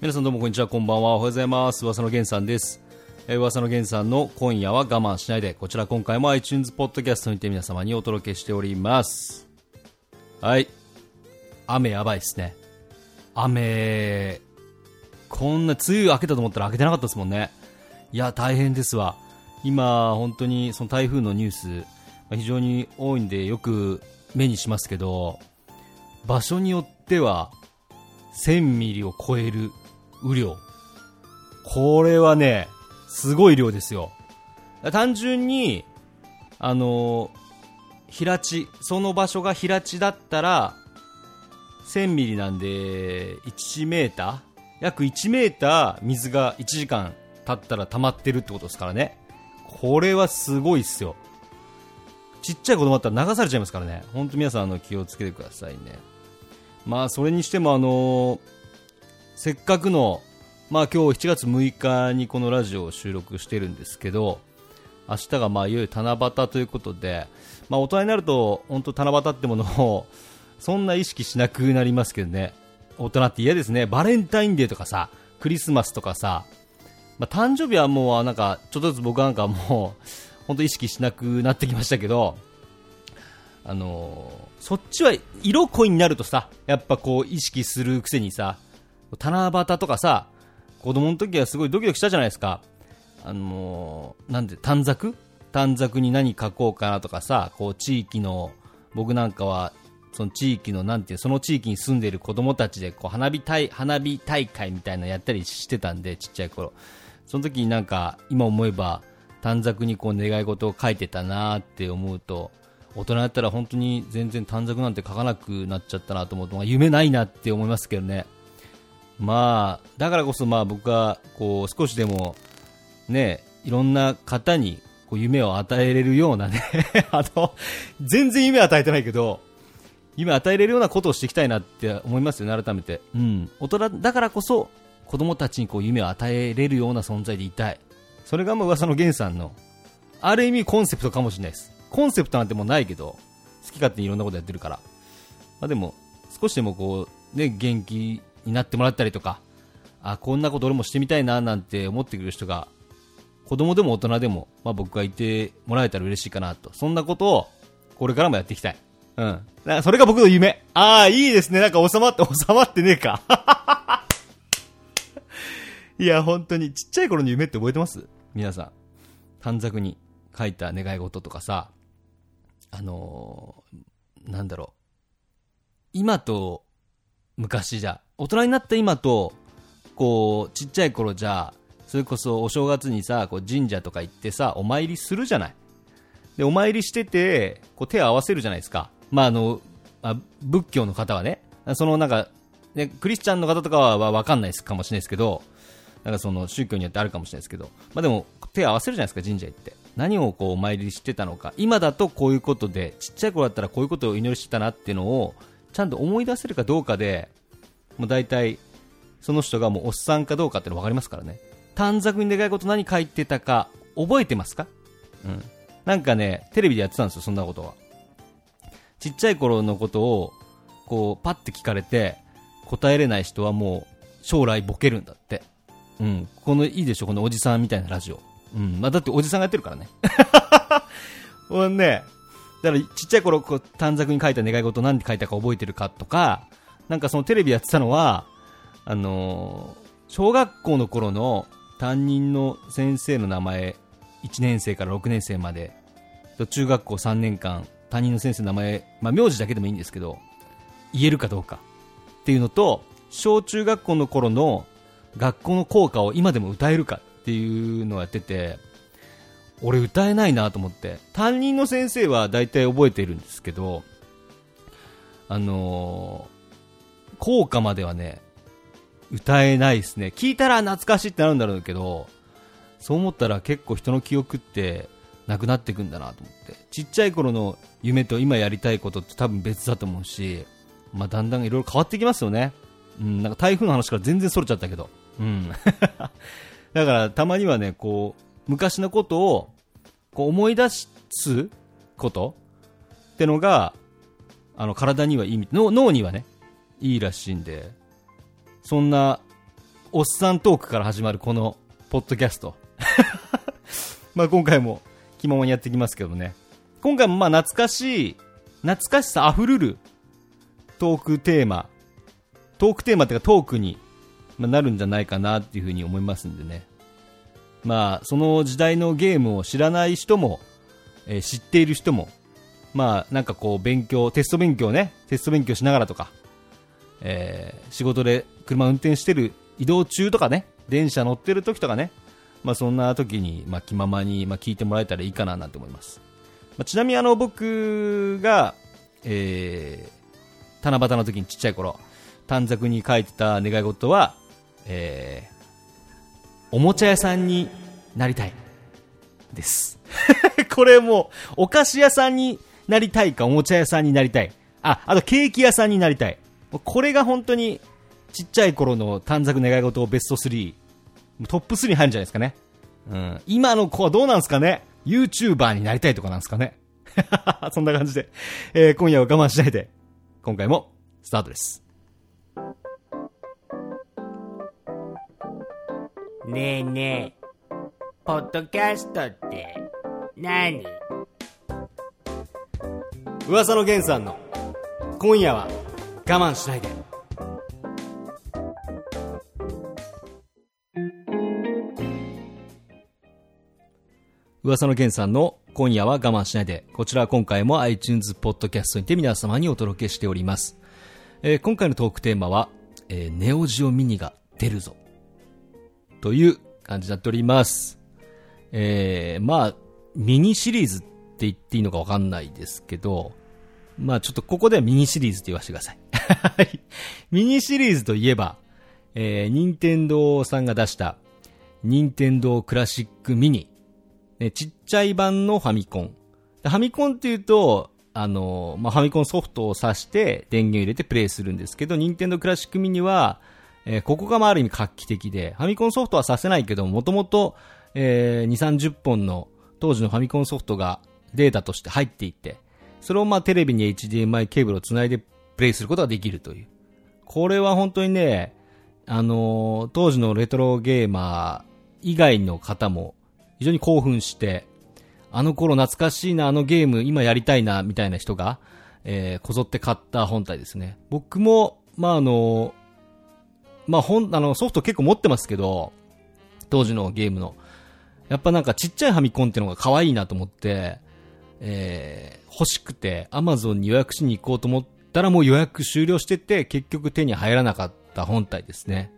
皆さんどうもこんにちは、こんばんは、おはようございます。噂の源さんです。噂の源さんの今夜は我慢しないで、こちら今回も iTunes ポッドキャストにて皆様にお届けしております。はい、雨やばいですね。雨、こんな梅雨明けたと思ったら明けてなかったですもんね。いや大変ですわ。今本当にその台風のニュース非常に多いんでよく目にしますけど、場所によっては1000ミリを超える雨量、これはねすごい量ですよ。単純に平地、その場所が平地だったら1000ミリなんで1メーター、約1メーター水が1時間経ったら溜まってるってことですからね。これはすごいっすよ。ちっちゃい子供だったら流されちゃいますからね。本当皆さん気をつけてくださいね。まあそれにしてもせっかくの今日7月6日にこのラジオを収録してるんですけど、明日がいよいよ七夕ということで、大人になると本当七夕ってものをそんな意識しなくなりますけどね。大人って嫌ですね。バレンタインデーとかさ、クリスマスとかさ、誕生日はもうちょっとずつ僕なんかもう本当意識しなくなってきましたけど、そっちは色恋になるとさ、やっぱ意識するくせにさ、七夕とかさ、子供の時はすごいドキドキしたじゃないですか。なんで短冊に何書こうかなとかさ、地域の、僕なんかはその地域のその地域に住んでいる子供たちで花火大会みたいなのやったりしてたんで、ちっちゃい頃。その時に今思えば短冊に願い事を書いてたなって思うと、大人だったら本当に全然短冊なんて書かなくなっちゃったなと思うと、夢ないなって思いますけどね。だからこそ僕は少しでもね、いろんな方に夢を与えれるようなね全然夢与えてないけど、夢与えれるようなことをしていきたいなって思いますよね、改めて。大人だからこそ子供たちに夢を与えれるような存在でいたい。それが噂の源さんのある意味コンセプトかもしれないです。コンセプトなんてもうないけど、好き勝手にいろんなことやってるから。でも少しでも元気になってもらったりとか、こんなこと俺もしてみたいななんて思ってくる人が、子供でも大人でも、僕がいてもらえたら嬉しいかなと。そんなことをこれからもやっていきたい。それが僕の夢。いいですね。収まってねえかいや本当にちっちゃい頃の夢って覚えてます？皆さん短冊に書いた願い事とかさ、なんだろう、今と昔じゃ、大人になった今とちっちゃい頃じゃ、それこそお正月にさ、神社とか行ってさ、お参りするじゃない。でお参りしてて手を合わせるじゃないですか。仏教の方はね、クリスチャンの方とかは分かんないですかもしれないですけど、その宗教によってあるかもしれないですけど、でも手を合わせるじゃないですか、神社行って。何をお参りしてたのか、今だとこういうことで、ちっちゃい頃だったらこういうことを祈りしてたなっていうのをちゃんと思い出せるかどうかで、もう大体その人がもうおっさんかどうかっての分かりますからね。短冊に願い事何書いてたか覚えてますか？テレビでやってたんですよ、そんなことは。ちっちゃい頃のことをパッて聞かれて答えれない人はもう将来ボケるんだって。いいでしょ、このおじさんみたいなラジオ。だっておじさんがやってるからねだからちっちゃい頃短冊に書いた願い事何て書いたか覚えてるかとか、そのテレビやってたのは小学校の頃の担任の先生の名前、1年生から6年生までと中学校3年間担任の先生の名前、名字だけでもいいんですけど言えるかどうかっていうのと、小中学校の頃の学校の校歌を今でも歌えるかっていうのをやってて、俺歌えないなと思って。担任の先生は大体覚えているんですけど、校歌まではね歌えないですね。聞いたら懐かしいってなるんだろうけど、そう思ったら結構人の記憶ってなくなっていくんだなと思って。ちっちゃい頃の夢と今やりたいことって多分別だと思うし、だんだんいろいろ変わってきますよね。台風の話から全然それちゃったけど、だからたまにはね、昔のことを思い出すことってのが体にはいい、脳にはねいいらしいんで、そんなおっさんトークから始まるこのポッドキャストまあ今回も気ままにやっていきますけどね。今回もまあ懐かしさあふれるトークテーマっていうかトークになるんじゃないかなっていうふうに思いますんでね。まあその時代のゲームを知らない人も、知っている人も、まあなんかこうテスト勉強しながらとか、仕事で車運転してる移動中とかね、電車乗ってる時とかね、まあそんな時にまあ気ままに聞いてもらえたらいいかななんて思います。まあ、ちなみに僕が、七夕の時にちっちゃい頃短冊に書いてた願い事は、おもちゃ屋さんになりたいですこれもうお菓子屋さんになりたいかおもちゃ屋さんになりたい、あとケーキ屋さんになりたい、これが本当にちっちゃい頃の短冊願い事をベスト3トップ3に入るんじゃないですかね。今の子はどうなんですかね。 YouTuber になりたいとかなんですかねそんな感じで、今夜は我慢しないで今回もスタートです。 ねえねえ、ポッドキャストって何？ 噂の源さんの今夜は我慢しないで。 噂の源さんの今夜は我慢しないで、こちらは今回も iTunes ポッドキャストにて皆様にお届けしております。今回のトークテーマは、ネオジオミニが出るぞという感じになっております。まあミニシリーズって言っていいのか分かんないですけど、まあちょっとここではミニシリーズって言わせてくださいミニシリーズといえば、任天堂さんが出した任天堂クラシックミニ、ちっちゃい版のファミコン。ファミコンっていうとファミコンソフトを挿して電源入れてプレイするんですけど、任天堂クラシックミニは、ここがある意味画期的で、ファミコンソフトは挿せないけどもともと2、30本の当時のファミコンソフトがデータとして入っていて、それをテレビに HDMI ケーブルをつないでプレイすることができるという。これは本当にね、当時のレトロゲーマー以外の方も非常に興奮して、あの頃懐かしいな、あのゲーム今やりたいなみたいな人が、こぞって買った本体ですね。僕もソフト結構持ってますけど、当時のゲームのやっぱなんかちっちゃいファミコンっていうのが可愛いなと思って、欲しくて Amazon に予約しに行こうと思ったらもう予約終了してて、結局手に入らなかった本体ですね。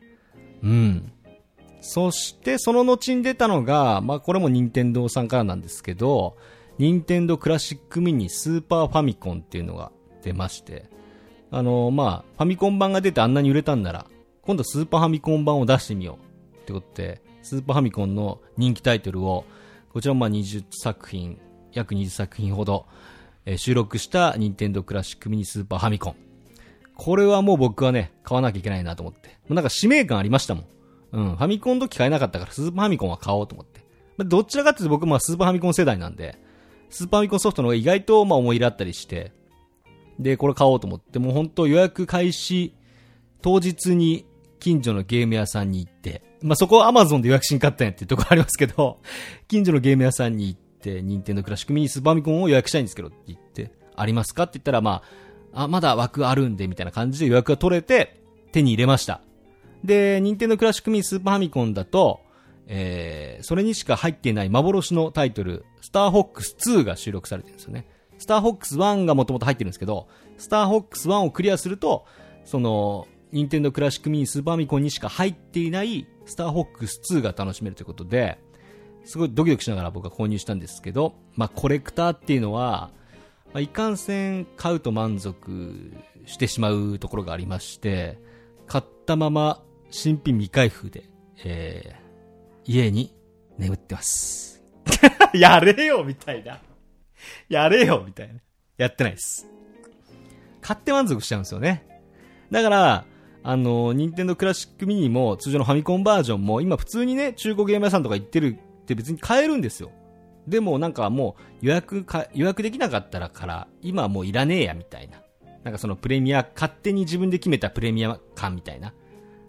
そしてその後に出たのが、これも任天堂さんからなんですけど、任天堂クラシックミニスーパーファミコンっていうのが出まして、ファミコン版が出てあんなに売れたんなら今度スーパーファミコン版を出してみようってことで、スーパーファミコンの人気タイトルをこちらも約20作品ほど、収録した任天堂クラシックミニスーパーファミコン。これはもう僕はね買わなきゃいけないなと思って、なんか使命感ありましたもん。ファミコンの時買えなかったからスーパーファミコンは買おうと思って。どちらかというと僕もスーパーファミコン世代なんで、スーパーファミコンソフトの方が意外と思い入れあったりして、で、これ買おうと思って、もう本当予約開始当日に近所のゲーム屋さんに行って、そこは Amazon で予約しに買ったんやっていうところありますけど、近所のゲーム屋さんに行って、任天堂クラシックミニスーパーファミコンを予約したいんですけどって言って、ありますかって言ったら、まだ枠あるんでみたいな感じで予約が取れて手に入れました。で、任天堂クラシックミニスーパーファミコンだと、それにしか入っていない幻のタイトル、スターフォックス2が収録されてるんですよね。スターフォックス1がもともと入ってるんですけど、スターフォックス1をクリアすると、その、任天堂クラシックミニスーパーファミコンにしか入っていないスターフォックス2が楽しめるということで、すごいドキドキしながら僕は購入したんですけど、コレクターっていうのは、いかんせん買うと満足してしまうところがありまして、買ったまま新品未開封で、家に眠ってますやれよみたいな、やれよみたいな、やってないです。買って満足しちゃうんですよね。だから任天堂クラシックミニも通常のファミコンバージョンも今普通にね、中古ゲーム屋さんとか行ってるって別に買えるんですよ。でもなんかもう予約できなかったらから今はもういらねえやみたいな、なんかそのプレミア、勝手に自分で決めたプレミア感みたいな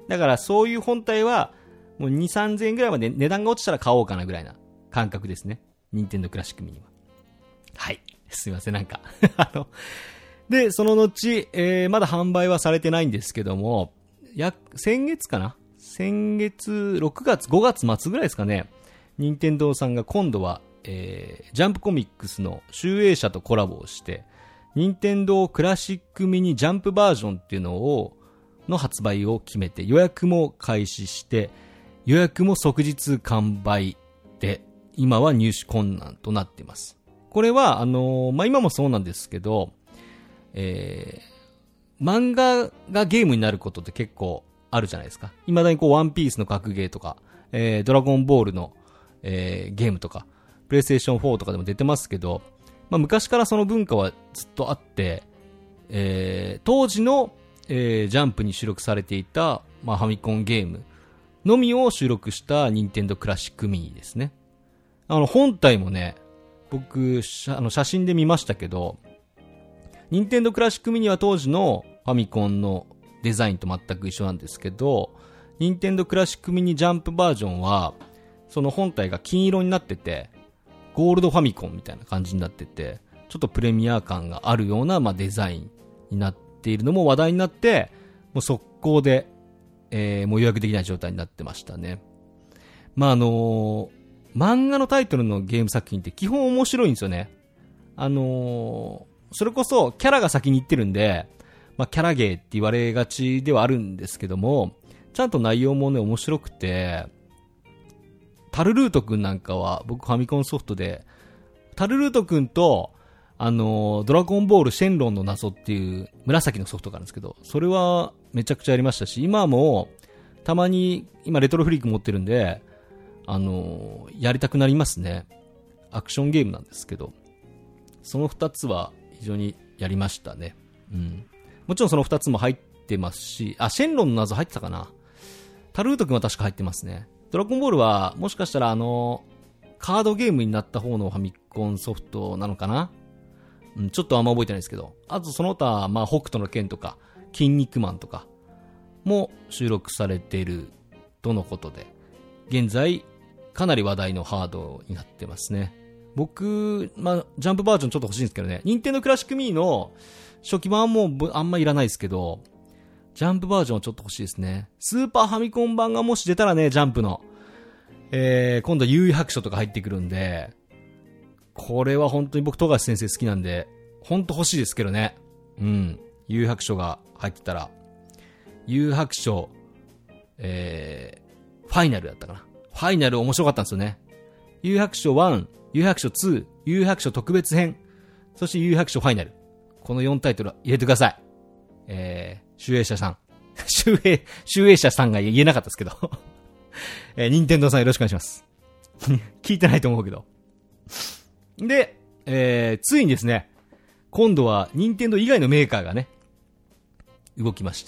だからそういう本体は、もう2、3000円ぐらいまで値段が落ちたら買おうかなぐらいな感覚ですね。任天堂クラシックミニは。はい。すいません、なんか。で、その後、まだ販売はされてないんですけども、先月かな？先月、6月、5月末ぐらいですかね。任天堂さんが今度は、ジャンプコミックスの集英社とコラボをして、任天堂クラシックミニジャンプバージョンっていうのの発売を決めて、予約も開始して、予約も即日完売で、今は入手困難となっています。これは、今もそうなんですけど、漫画がゲームになることって結構あるじゃないですか。未だにワンピースの格ゲーとか、ドラゴンボールの、ゲームとか、プレイステーション4とかでも出てますけど、昔からその文化はずっとあって、当時の、ジャンプに収録されていた、ファミコンゲームのみを収録した任天堂クラシックミニですね。本体もね、僕、写真で見ましたけど、任天堂クラシックミニは当時のファミコンのデザインと全く一緒なんですけど、任天堂クラシックミニジャンプバージョンは、その本体が金色になってて、ゴールドファミコンみたいな感じになってて、ちょっとプレミア感があるような、デザインになっているのも話題になって、もう速攻で、もう予約できない状態になってましたね。漫画のタイトルのゲーム作品って基本面白いんですよね。それこそキャラが先に行ってるんで、キャラゲーって言われがちではあるんですけども、ちゃんと内容もね、面白くて、タルルートくんなんかは、僕ファミコンソフトで、タルルートくんと、ドラゴンボールシェンロンの謎っていう紫のソフトがあるんですけど、それはめちゃくちゃやりましたし、今も、たまに、今レトロフリーク持ってるんで、やりたくなりますね。アクションゲームなんですけど、その2つは非常にやりましたね。うん。もちろんその2つも入ってますし、シェンロンの謎入ってたかな。タルート君は確か入ってますね。ドラゴンボールはもしかしたらカードゲームになった方のファミコンソフトなのかな。うん、ちょっとあんま覚えてないですけど。あとその他、北斗の拳とか、筋肉マンとかも収録されているとのことで、現在かなり話題のハードになってますね。僕、ジャンプバージョンちょっと欲しいんですけどね。任天堂クラシックミニの初期版はもうあんまいらないですけど、ジャンプバージョンはちょっと欲しいですね。スーパーファミコン版がもし出たらね、ジャンプの、今度は幽遊白書とか入ってくるんで、これは本当に僕、富樫先生好きなんで、本当欲しいですけどね。うん。幽遊白書が入ってたら、幽遊白書、ファイナルだったかな。ファイナル面白かったんですよね。幽遊白書1、幽遊白書2、幽遊白書特別編、そして幽遊白書ファイナル。この4タイトル入れてください。集英社さん。集英社さんが言えなかったですけど。任天堂さんよろしくお願いします。聞いてないと思うけど。で、ついにですね、今度は任天堂以外のメーカーがね、動きまして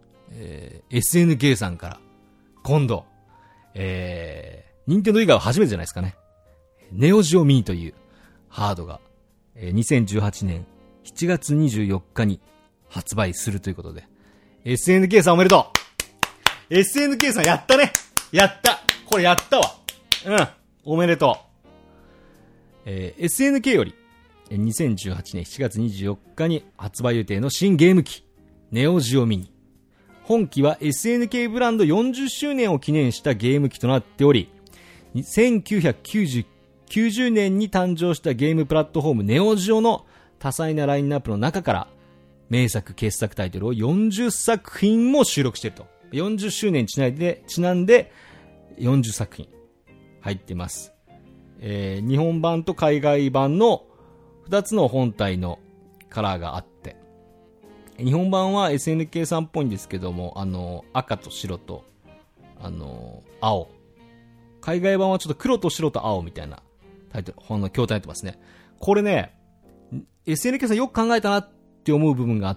、SNK さんから、今度、任天堂以外は初めてじゃないですかね。ネオジオミニというハードが、2018年7月24日に発売するということで、SNK さんおめでとう。 SNK さんやったね。やった。これやったわ。うん。おめでとう。SNK より、2018年7月24日に発売予定の新ゲーム機、ネオジオミニ。本機は SNK ブランド40周年を記念したゲーム機となっており、1990年に誕生したゲームプラットフォームネオジオの多彩なラインナップの中から、名作傑作タイトルを40作品も収録していると。40周年にちなんで40作品入っています。日本版と海外版の2つの本体のカラーがあって、日本版は SNK さんっぽいんですけども、赤と白と、青。海外版はちょっと黒と白と青みたいなタイトル、筐体になってますね。これね、SNK さんよく考えたなって思う部分があって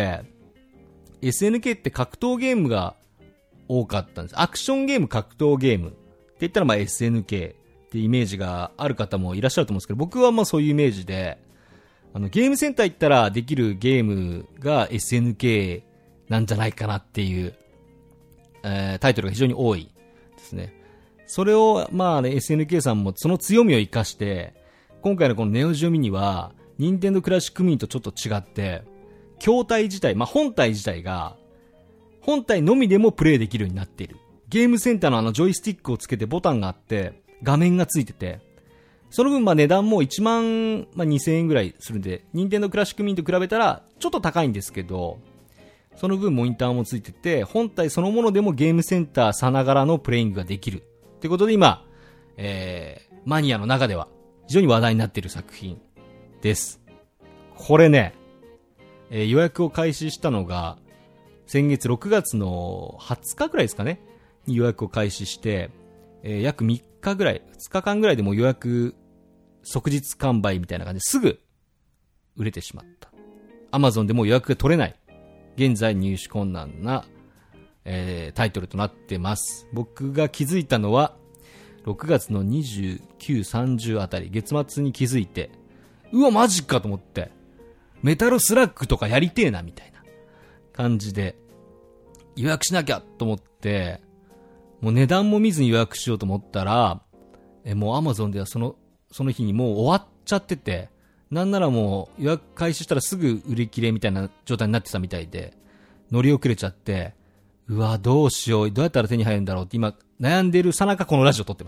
、SNK って格闘ゲームが多かったんです。アクションゲーム、格闘ゲームって言ったらSNK ってイメージがある方もいらっしゃると思うんですけど、僕はそういうイメージで、ゲームセンター行ったらできるゲームが SNK なんじゃないかなっていうタイトルが非常に多いですね。それを、まあね、SNK さんもその強みを生かして、今回のこのネオジオミニは、任天堂クラシックミニとちょっと違って、筐体自体、まあ本体自体が、本体のみでもプレイできるようになっている。ゲームセンターのジョイスティックをつけてボタンがあって、画面がついてて、その分まあ値段も1万2000円ぐらいするんで、任天堂クラシックミニと比べたらちょっと高いんですけど、その分モニターもついてて、本体そのものでもゲームセンターさながらのプレイングができる。ってことで今、マニアの中では非常に話題になっている作品です。これね、予約を開始したのが、先月6月の20日ぐらいですかね、に予約を開始して、約3日ぐらい、2日間ぐらいでもう予約即日完売みたいな感じですぐ売れてしまった。Amazon でもう予約が取れない。現在入手困難な、タイトルとなってます。僕が気づいたのは、6月の29、30あたり、月末に気づいて、うわマジかと思って、メタルスラッグとかやりてえなみたいな感じで、予約しなきゃと思って、もう値段も見ずに予約しようと思ったら、もう Amazon ではその日にもう終わっちゃってて、なんならもう予約開始したらすぐ売り切れみたいな状態になってたみたいで、乗り遅れちゃって、うわどうしよう、どうやったら手に入るんだろうって今悩んでるさなかこのラジオ撮ってます。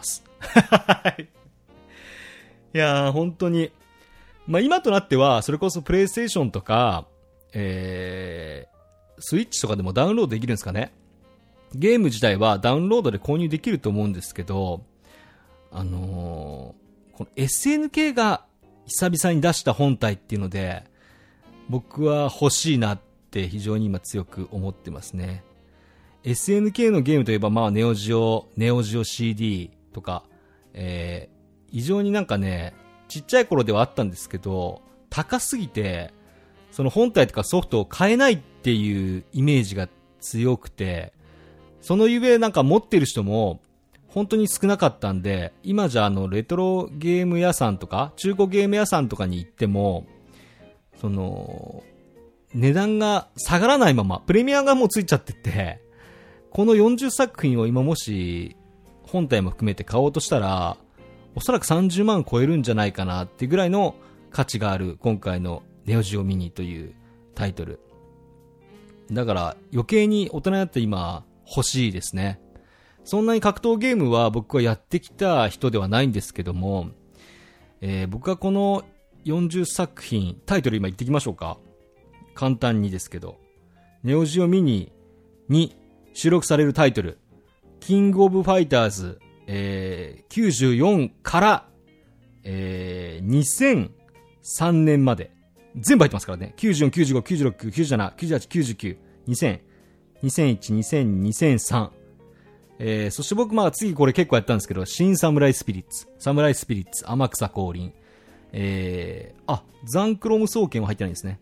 いやー本当に、まあ今となってはそれこそプレイステーションとか、スイッチとかでもダウンロードできるんですかね。ゲーム自体はダウンロードで購入できると思うんですけど、この SNK が久々に出した本体っていうので、僕は欲しいなって非常に今強く思ってますね。SNK のゲームといえば、まあネオジオ CD とか、非常になんかね、ちっちゃい頃ではあったんですけど、高すぎて、その本体とかソフトを買えないっていうイメージが強くて、そのゆえなんか持ってる人も本当に少なかったんで、今じゃレトロゲーム屋さんとか中古ゲーム屋さんとかに行っても、その値段が下がらないままプレミアがもうついちゃってて、この40作品を今もし本体も含めて買おうとしたら、おそらく30万超えるんじゃないかなっていうぐらいの価値がある今回のネオジオミニというタイトルだから、余計に大人になって今欲しいですね。そんなに格闘ゲームは僕はやってきた人ではないんですけども、僕はこの40作品、タイトル今言ってきましょうか。簡単にですけど、ネオジオミニに収録されるタイトル、キングオブファイターズ、94から、2003年まで全部入ってますからね。94、95、96、97、98、99、2000、2001、2000、2003。そして僕次これ結構やったんですけど、新サムライスピリッツ、サムライスピリッツ、天草降臨、ザンクロム双剣は入ってないんですね。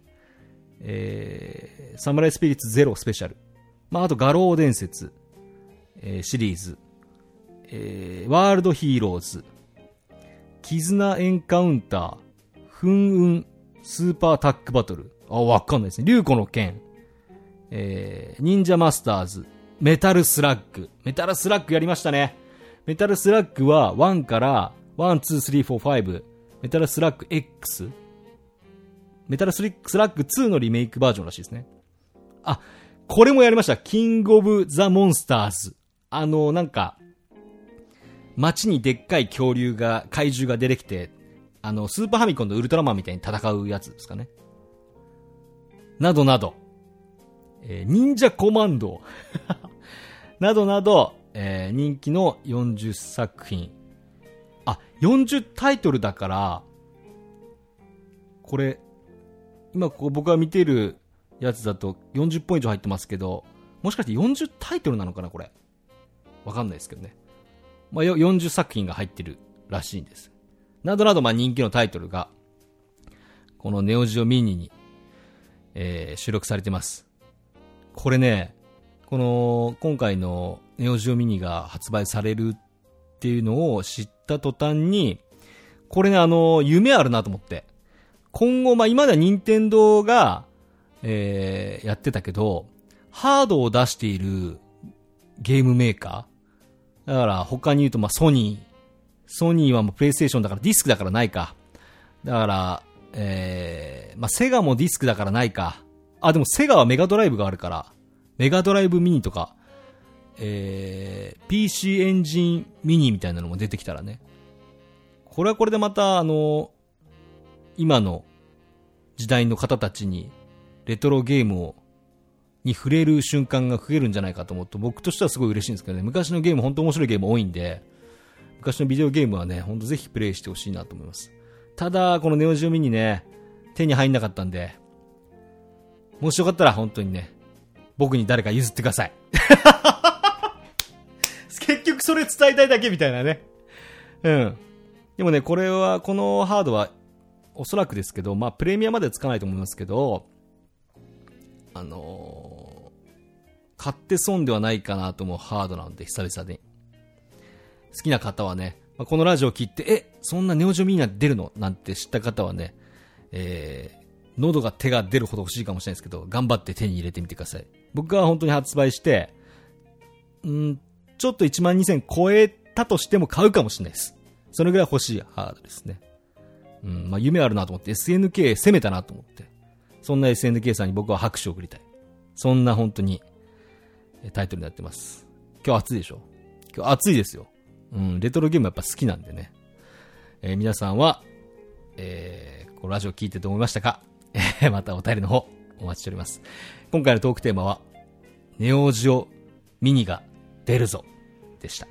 サムライスピリッツゼロスペシャル。あと画廊伝説、シリーズ、ワールドヒーローズ、絆エンカウンター、噴雲、スーパータックバトル。わかんないですね。竜子の剣、忍者マスターズ、メタルスラッグ。メタルスラッグやりましたね。メタルスラッグは1から1、2、3、4、5。メタルスラッグ X。メタルスラッグ2のリメイクバージョンらしいですね。これもやりました。キングオブザモンスターズ。なんか、街にでっかい怪獣が出てきて、スーパーファミコンのウルトラマンみたいに戦うやつですかね。などなど。忍者コマンドなどなど、人気の40作品。40タイトルだから、これ、今ここ僕が見てるやつだと40本以上入ってますけど、もしかして40タイトルなのかなこれ。わかんないですけどね。40作品が入ってるらしいんです。などなど人気のタイトルが、このネオジオミニに、収録されてます。これね、今回のネオジオミニが発売されるっていうのを知った途端に、これね、夢あるなと思って。今後、今では任天堂が、やってたけど、ハードを出しているゲームメーカー。だから他に言うとソニーはもうプレイステーションだからディスクだからないか。だから、セガもディスクだからないか。でもセガはメガドライブがあるから、メガドライブミニとか、PC エンジンミニみたいなのも出てきたらね。これはこれでまた今の時代の方たちにレトロゲームに触れる瞬間が増えるんじゃないかと思うと、僕としてはすごい嬉しいんですけどね。昔のゲーム本当面白いゲーム多いんで、昔のビデオゲームはね、本当ぜひプレイしてほしいなと思います。ただこのネオジオミニね、手に入んなかったんで、もしよかったら本当にね、僕に誰か譲ってください。結局それ伝えたいだけみたいなね。うん。でもね、このハードはおそらくですけど、プレミアまではつかないと思いますけど、買って損ではないかなと思うハードなんで、久々に。好きな方はね、このラジオを聞いて、そんなネオジオミニなんて出るのなんて知った方はね、喉が手が出るほど欲しいかもしれないですけど、頑張って手に入れてみてください。僕は本当に発売して、ちょっと12000超えたとしても買うかもしれないです。それぐらい欲しいハードですね。夢あるなと思って、SNK 攻めたなと思って、そんな SNK さんに僕は拍手を送りたい。そんな本当にタイトルになってます。今日暑いでしょ？今日暑いですよ。レトロゲームやっぱ好きなんでね。皆さんは、このラジオ聞いてどう思いましたか？またお便りの方お待ちしております。今回のトークテーマはネオジオミニが出るぞでした。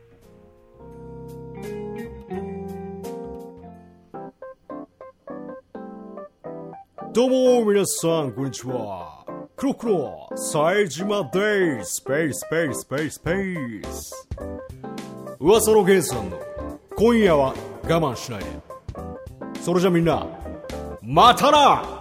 どうも皆さんこんにちは。クロクロ冴島です。スペース噂のゲンさんの今夜は我慢しないで。それじゃみんなまたな。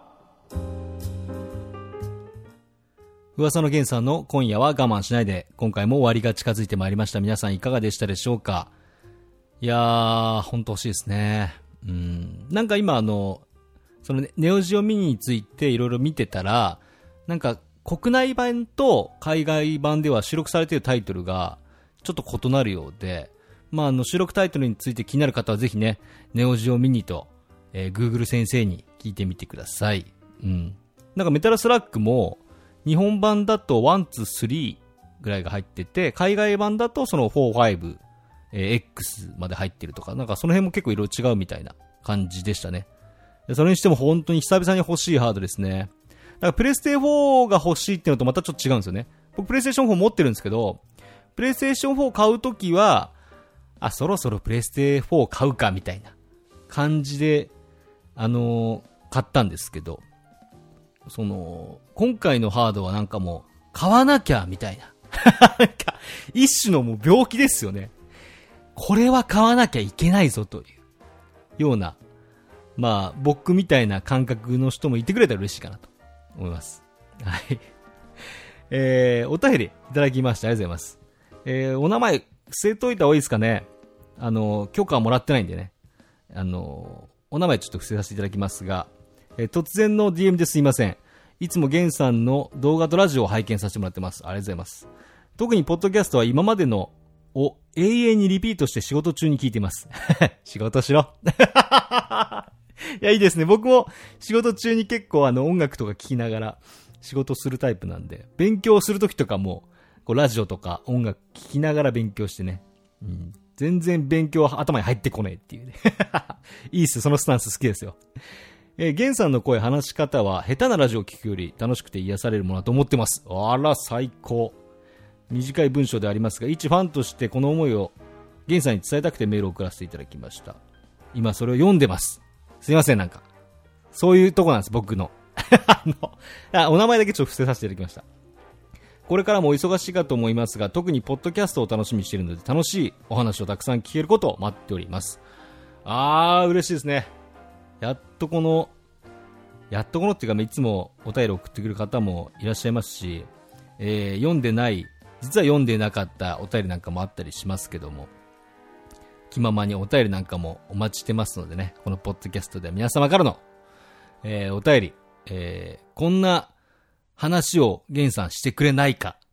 噂のゲンさんの今夜は我慢しないで、今回も終わりが近づいてまいりました。皆さんいかがでしたでしょうか？いやー、ほんと欲しいですね。なんか今そのネオジオミニについていろいろ見てたら、なんか国内版と海外版では収録されているタイトルがちょっと異なるようで、収録タイトルについて気になる方はぜひね、ネオジオミニと、Google 先生に聞いてみてください。なんかメタルスラックも日本版だと1、2、3ぐらいが入ってて、海外版だとその4、5、X まで入ってるとか、なんかその辺も結構いろいろ違うみたいな感じでしたね。それにしても本当に久々に欲しいハードですね。だからプレイステ4が欲しいっていうのとまたちょっと違うんですよね。僕プレイステーション4持ってるんですけど、プレイステーション4買うときは、そろそろプレイステ4買うかみたいな感じで、買ったんですけど、今回のハードはなんかもう、買わなきゃみたいな。なんか、一種のもう病気ですよね。これは買わなきゃいけないぞというような、僕みたいな感覚の人もいてくれたら嬉しいかなと思います。はい。お便りいただきましてありがとうございます。お名前伏せといた方がいいですかね。許可はもらってないんでね。お名前ちょっと伏せさせていただきますが、突然の DM ですいません。いつもゲンさんの動画とラジオを拝見させてもらってます。ありがとうございます。特にポッドキャストは今までのを永遠にリピートして仕事中に聞いています。仕事しろ。いや、いいですね。僕も仕事中に結構音楽とか聞きながら仕事するタイプなんで、勉強するときとかも、ラジオとか音楽聞きながら勉強してね。全然勉強は頭に入ってこねえっていうね。いいっす。そのスタンス好きですよ。ゲンさんの声、話し方は下手なラジオを聞くより楽しくて癒されるものだと思ってます。あら、最高。短い文章でありますが、一ファンとしてこの思いをゲンさんに伝えたくてメールを送らせていただきました。今それを読んでます。すいません、なんか。そういうとこなんです、僕の。お名前だけちょっと伏せさせていただきました。これからもお忙しいかと思いますが、特にポッドキャストを楽しみにしているので、楽しいお話をたくさん聞けることを待っております。嬉しいですね。やっとこのっていうか、いつもお便り送ってくる方もいらっしゃいますし、実は読んでなかったお便りなんかもあったりしますけども、気ままにお便りなんかもお待ちしてますのでね、このポッドキャストでは皆様からの、お便り、こんな話をゲンさんしてくれないか、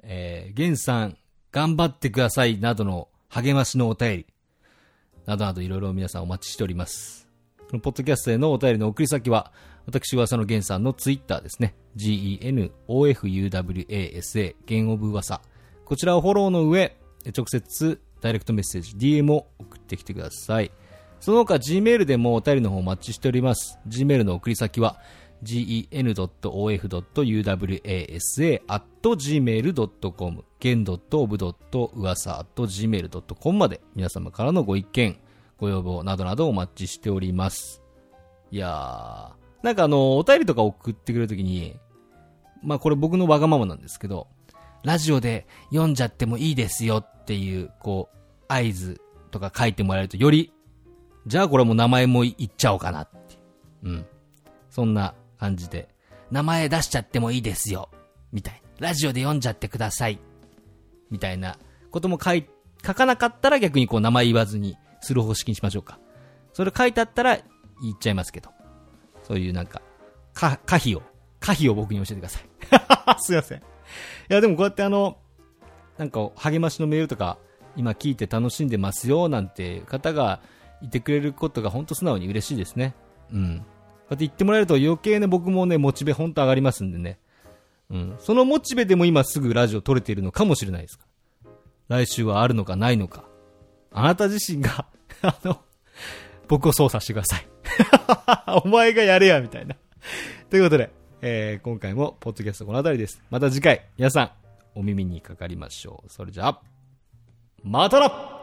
ゲンさん頑張ってくださいなどの励ましのお便りなどなどいろいろ皆さんお待ちしております。このポッドキャストへのお便りの送り先は私噂のゲンさんのツイッターですね。GENOFUWASA ゲンオブ噂、こちらをフォローの上直接ダイレクトメッセージ DM を送ってきてください。その他 Gmail でもお便りの方お待ちしております。 Gmail の送り先は gen.of.uwasa@gmail.com gen.of.uwasa@gmail.com まで皆様からのご意見ご要望などなどお待ちしております。いやー、なんかお便りとか送ってくれるときに、まあこれ僕のわがままなんですけど、ラジオで読んじゃってもいいですよっていうこう合図とか書いてもらえると、よりじゃあこれも名前も言っちゃおうかなって、そんな感じで名前出しちゃってもいいですよみたいな、ラジオで読んじゃってくださいみたいなことも書かなかったら逆にこう名前言わずにする方式にしましょうか。それ書いてあったら言っちゃいますけど、そういうなんか可否を僕に教えてくださいすいません。いやでもこうやってなんか励ましのメールとか今聞いて楽しんでますよなんて方がいてくれることが本当素直に嬉しいですね。こうやって言ってもらえると余計ね、僕もねモチベ本当上がりますんでね。そのモチベでも今すぐラジオ撮れているのかもしれないですから。来週はあるのかないのか、あなた自身が僕を操作してくださいお前がやれやみたいなということで、今回もポッドキャストこの辺りです。また次回皆さんお耳にかかりましょう。それじゃあまたな。